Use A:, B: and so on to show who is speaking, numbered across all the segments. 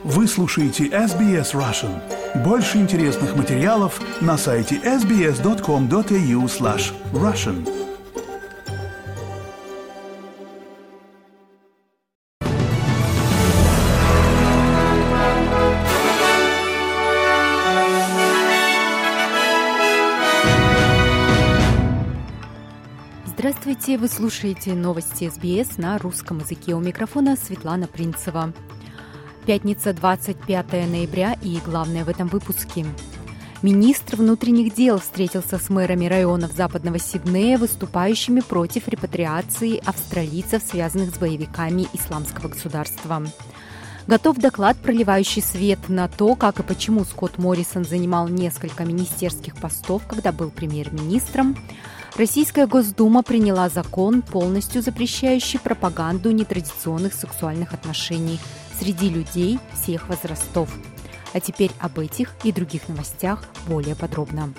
A: Вы слушаете SBS Russian. Больше интересных материалов на сайте sbs.com.au/russian.
B: Здравствуйте, вы слушаете новости SBS на русском языке. У микрофона Светлана Принцева. Пятница, 25 ноября, и главное в этом выпуске. Министр внутренних дел встретился с мэрами районов Западного Сиднея, выступающими против репатриации австралийцев, связанных с боевиками Исламского государства. Готов доклад, проливающий свет на то, как и почему Скотт Моррисон занимал несколько министерских постов, когда был премьер-министром. Российская Госдума приняла закон, полностью запрещающий пропаганду нетрадиционных сексуальных отношений среди людей всех возрастов. А теперь об этих и других новостях более подробно.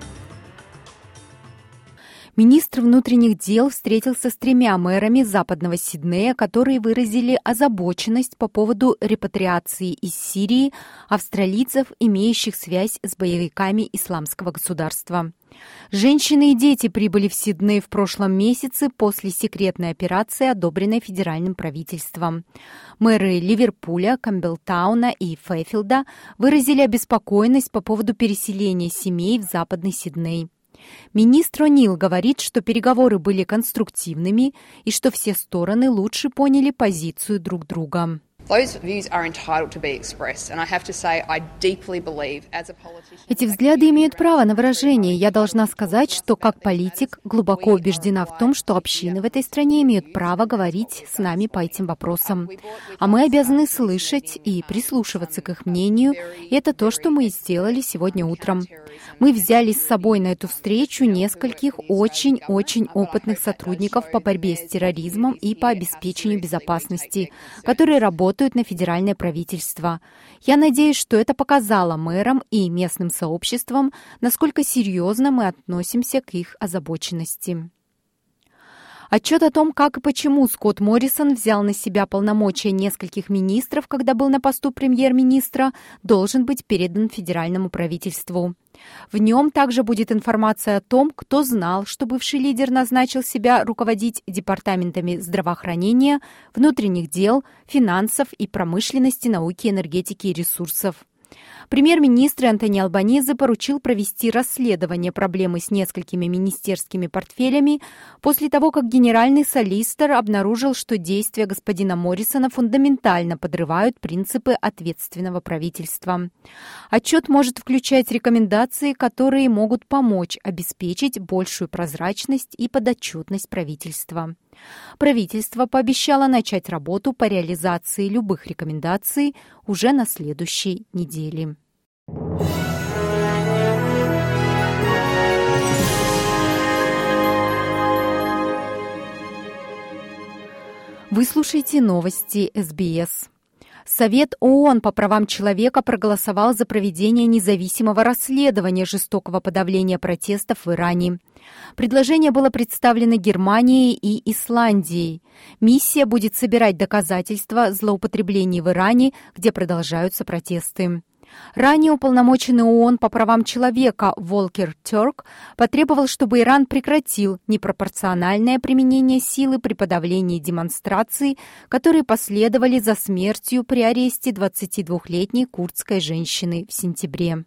B: Министр внутренних дел встретился с 3 мэрами Западного Сиднея, которые выразили озабоченность по поводу репатриации из Сирии австралийцев, имеющих связь с боевиками Исламского государства. Женщины и дети прибыли в Сидней в прошлом месяце после секретной операции, одобренной федеральным правительством. Мэры Ливерпуля, Кампбелтауна и Фэйфилда выразили обеспокоенность по поводу переселения семей в Западный Сидней. Министр О'Нил говорит, что переговоры были конструктивными и что все стороны лучше поняли позицию друг друга. Эти взгляды имеют право на выражение. Я должна сказать, что как политик глубоко убеждена в том, что общины в этой стране имеют право говорить с нами по этим вопросам. А мы обязаны слышать и прислушиваться к их мнению. И это то, что мы и сделали сегодня утром. Мы взяли с собой на эту встречу нескольких очень-очень опытных сотрудников по борьбе с терроризмом и по обеспечению безопасности, которые работают на федеральное правительство. Я надеюсь, что это показало мэрам и местным сообществам, насколько серьезно мы относимся к их озабоченности. Отчет о том, как и почему Скотт Моррисон взял на себя полномочия нескольких министров, когда был на посту премьер-министра, должен быть передан федеральному правительству. В нем также будет информация о том, кто знал, что бывший лидер назначил себя руководить департаментами здравоохранения, внутренних дел, финансов и промышленности, науки, энергетики и ресурсов. Премьер-министр Антони Албанезе поручил провести расследование проблемы с несколькими министерскими портфелями после того, как генеральный солиситор обнаружил, что действия господина Моррисона фундаментально подрывают принципы ответственного правительства. Отчет может включать рекомендации, которые могут помочь обеспечить большую прозрачность и подотчетность правительства. Правительство пообещало начать работу по реализации любых рекомендаций уже на следующей неделе. Вы слушаете новости СБС. Совет ООН по правам человека проголосовал за проведение независимого расследования жестокого подавления протестов в Иране. Предложение было представлено Германией и Исландией. Миссия будет собирать доказательства злоупотреблений в Иране, где продолжаются протесты. Ранее уполномоченный ООН по правам человека Волкер Тёрк потребовал, чтобы Иран прекратил непропорциональное применение силы при подавлении демонстраций, которые последовали за смертью при аресте 22-летней курдской женщины в сентябре.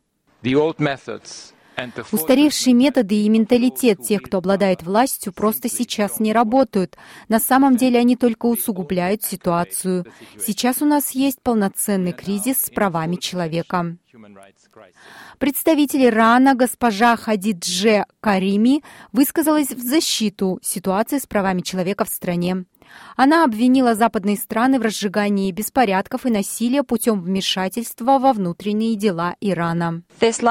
B: Устаревшие методы и менталитет тех, кто обладает властью, просто сейчас не работают. На самом деле они только усугубляют ситуацию. Сейчас у нас есть полноценный кризис с правами человека. Представитель Ирана госпожа Хадидже Карими высказалась в защиту ситуации с правами человека в стране. Она обвинила западные страны в разжигании беспорядков и насилия путем вмешательства во внутренние дела Ирана.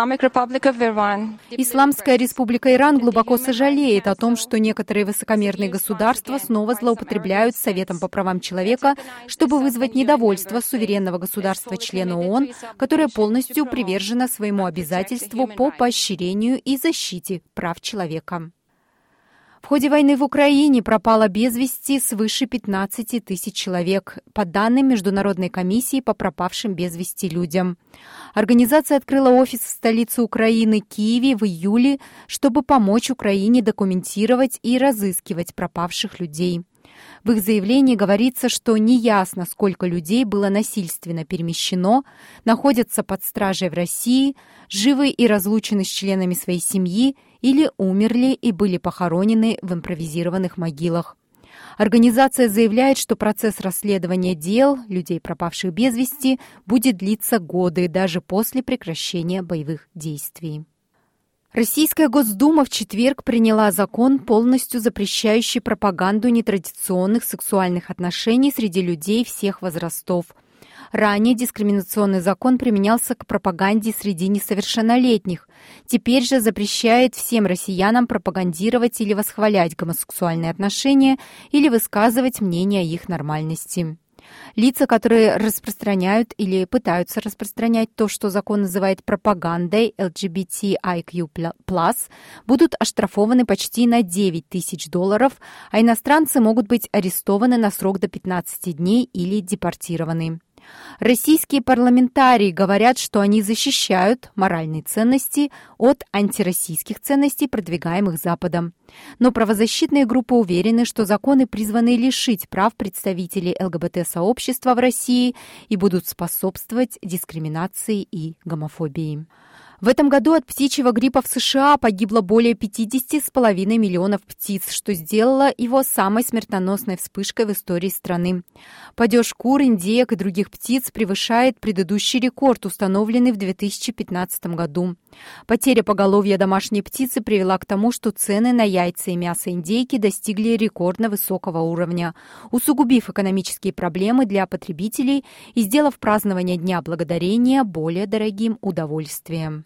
B: Исламская республика Иран глубоко сожалеет о том, что некоторые высокомерные государства снова злоупотребляют Советом по правам человека, чтобы вызвать недовольство суверенного государства-члена ООН, которое полностью привержено своему обязательству по поощрению и защите прав человека. В ходе войны в Украине пропало без вести свыше 15 тысяч человек, по данным Международной комиссии по пропавшим без вести людям. Организация открыла офис в столице Украины, Киеве, в июле, чтобы помочь Украине документировать и разыскивать пропавших людей. В их заявлении говорится, что неясно, сколько людей было насильственно перемещено, находятся под стражей в России, живы и разлучены с членами своей семьи или умерли и были похоронены в импровизированных могилах. Организация заявляет, что процесс расследования дел людей, пропавших без вести, будет длиться годы, даже после прекращения боевых действий. Российская Госдума в четверг приняла закон, полностью запрещающий пропаганду нетрадиционных сексуальных отношений среди людей всех возрастов. Ранее дискриминационный закон применялся к пропаганде среди несовершеннолетних. Теперь же запрещает всем россиянам пропагандировать или восхвалять гомосексуальные отношения или высказывать мнение о их нормальности. Лица, которые распространяют или пытаются распространять то, что закон называет пропагандой LGBTIQ+, будут оштрафованы почти на $9 тысяч, а иностранцы могут быть арестованы на срок до 15 дней или депортированы. Российские парламентарии говорят, что они защищают моральные ценности от антироссийских ценностей, продвигаемых Западом. Но правозащитные группы уверены, что законы призваны лишить прав представителей ЛГБТ-сообщества в России и будут способствовать дискриминации и гомофобии. В этом году от птичьего гриппа в США погибло более 50,5 миллионов птиц, что сделало его самой смертоносной вспышкой в истории страны. Падеж кур, индеек и других птиц превышает предыдущий рекорд, установленный в 2015 году. Потеря поголовья домашней птицы привела к тому, что цены на яйца и мясо индейки достигли рекордно высокого уровня, усугубив экономические проблемы для потребителей и сделав празднование Дня Благодарения более дорогим удовольствием.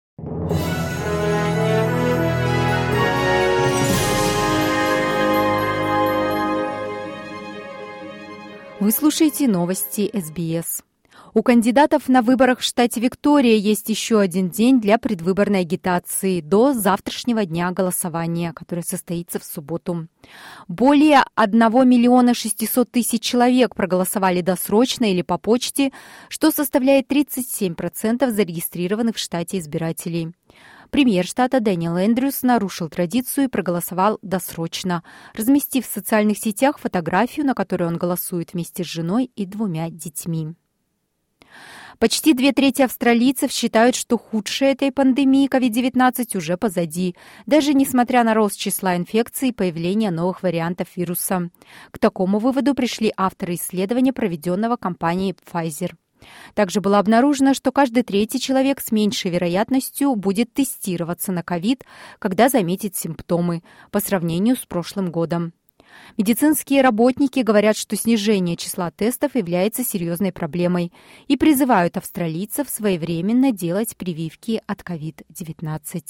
B: Вы слушаете новости СБС. У кандидатов на выборах в штате Виктория есть еще один день для предвыборной агитации до завтрашнего дня голосования, которое состоится в субботу. Более 1 600 000 человек проголосовали досрочно или по почте, что составляет 37% зарегистрированных в штате избирателей. Премьер штата Дэниел Эндрюс нарушил традицию и проголосовал досрочно, разместив в социальных сетях фотографию, на которой он голосует вместе с женой и 2 детьми. Почти 2/3 австралийцев считают, что худшее этой пандемии COVID-19 уже позади, даже несмотря на рост числа инфекций и появление новых вариантов вируса. К такому выводу пришли авторы исследования, проведенного компанией Pfizer. Также было обнаружено, что каждый 3-й человек с меньшей вероятностью будет тестироваться на COVID, когда заметит симптомы, по сравнению с прошлым годом. Медицинские работники говорят, что снижение числа тестов является серьезной проблемой и призывают австралийцев своевременно делать прививки от COVID-19.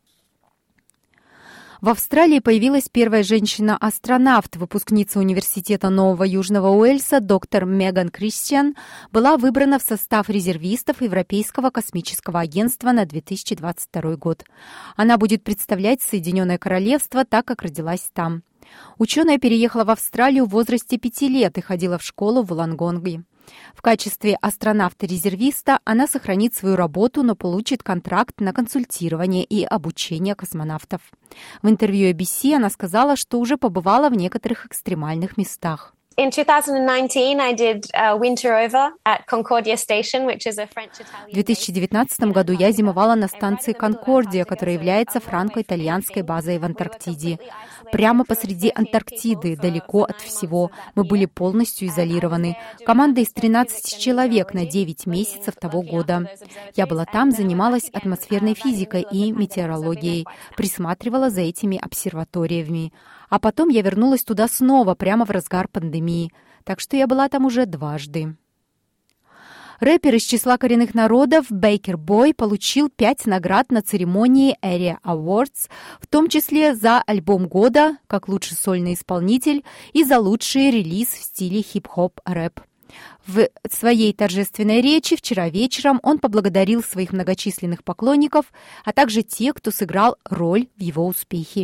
B: В Австралии появилась первая женщина-астронавт. Выпускница университета Нового Южного Уэльса доктор Меган Кристиан была выбрана в состав резервистов Европейского космического агентства на 2022 год. Она будет представлять Соединенное Королевство, так как родилась там. Ученая переехала в Австралию в возрасте 5 лет и ходила в школу в Вулонгонге. В качестве астронавта-резервиста она сохранит свою работу, но получит контракт на консультирование и обучение космонавтов. В интервью ABC она сказала, что уже побывала в некоторых экстремальных местах.
C: In 2019, I did winter over at Concordia Station, which is a French-Italian.
B: В 2019 году я зимовала на станции Конкордия, которая является франко-итальянской базой в Антарктиде. Прямо посреди Антарктиды, далеко от всего. Мы были полностью изолированы. Команда из 13 человек на 9 месяцев того года. Я была там, занималась атмосферной физикой и метеорологией, присматривала за этими обсерваториями. А потом я вернулась туда снова, прямо в разгар пандемии. Так что я была там уже дважды. Рэпер из числа коренных народов Бейкер Бой получил 5 наград на церемонии Area Awards, в том числе за альбом года, как лучший сольный исполнитель, и за лучший релиз в стиле хип-хоп-рэп. В своей торжественной речи вчера вечером он поблагодарил своих многочисленных поклонников, а также тех, кто сыграл роль в его успехе.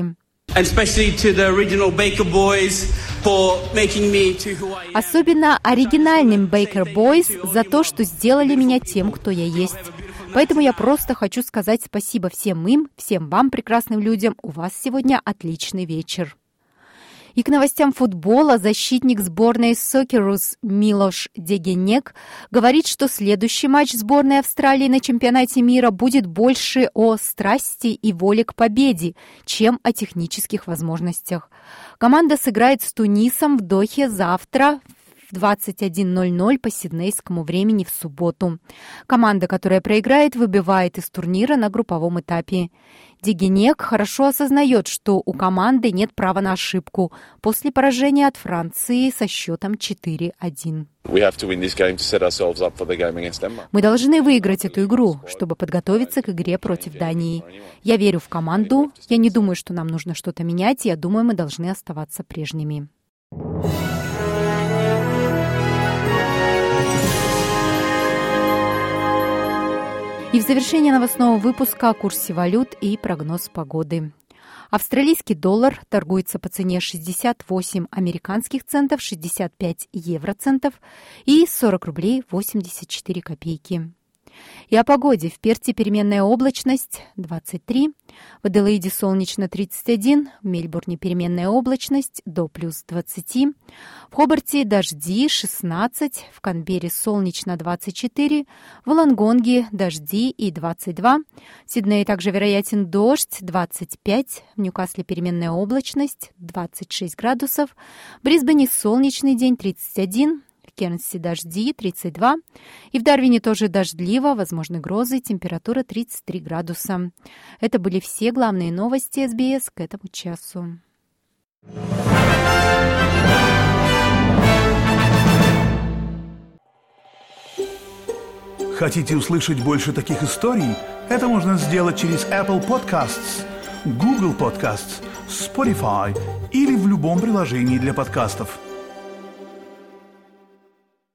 B: Особенно оригинальным Baker Boys за то, что сделали меня тем, кто я есть. Поэтому я просто хочу сказать спасибо всем им, всем вам, прекрасным людям. У вас сегодня отличный вечер. И к новостям футбола защитник сборной Сокерус Милош Дегенек говорит, что следующий матч сборной Австралии на чемпионате мира будет больше о страсти и воле к победе, чем о технических возможностях. Команда сыграет с Тунисом в Дохе завтра в 21:00 по сиднейскому времени в субботу. Команда, которая проиграет, выбывает из турнира на групповом этапе. Дегенек хорошо осознает, что у команды нет права на ошибку после поражения от Франции со счетом 4-1. Мы должны выиграть эту игру, чтобы подготовиться к игре против Дании. Я верю в команду, я не думаю, что нам нужно что-то менять, я думаю, мы должны оставаться прежними. И в завершение новостного выпуска о курсе валют и прогноз погоды. Австралийский доллар торгуется по цене 68 американских центов, 65 евроцентов и 40 рублей 84 копейки. И о погоде. В Перте переменная облачность 23, в Аделаиде солнечно 31, в Мельбурне переменная облачность до плюс 20, в Хобарте дожди 16, в Канберре солнечно 24, в Лонгонге дожди и 22, в Сиднее также вероятен дождь 25, в Ньюкасле переменная облачность 26 градусов, в Брисбене солнечный день 31, в Кернсе дожди 32, и в Дарвине тоже дождливо, возможны грозы, температура 33 градуса. Это были все главные новости СБС к этому часу.
A: Хотите услышать больше таких историй? Это можно сделать через Apple Podcasts, Google Podcasts, Spotify или в любом приложении для подкастов.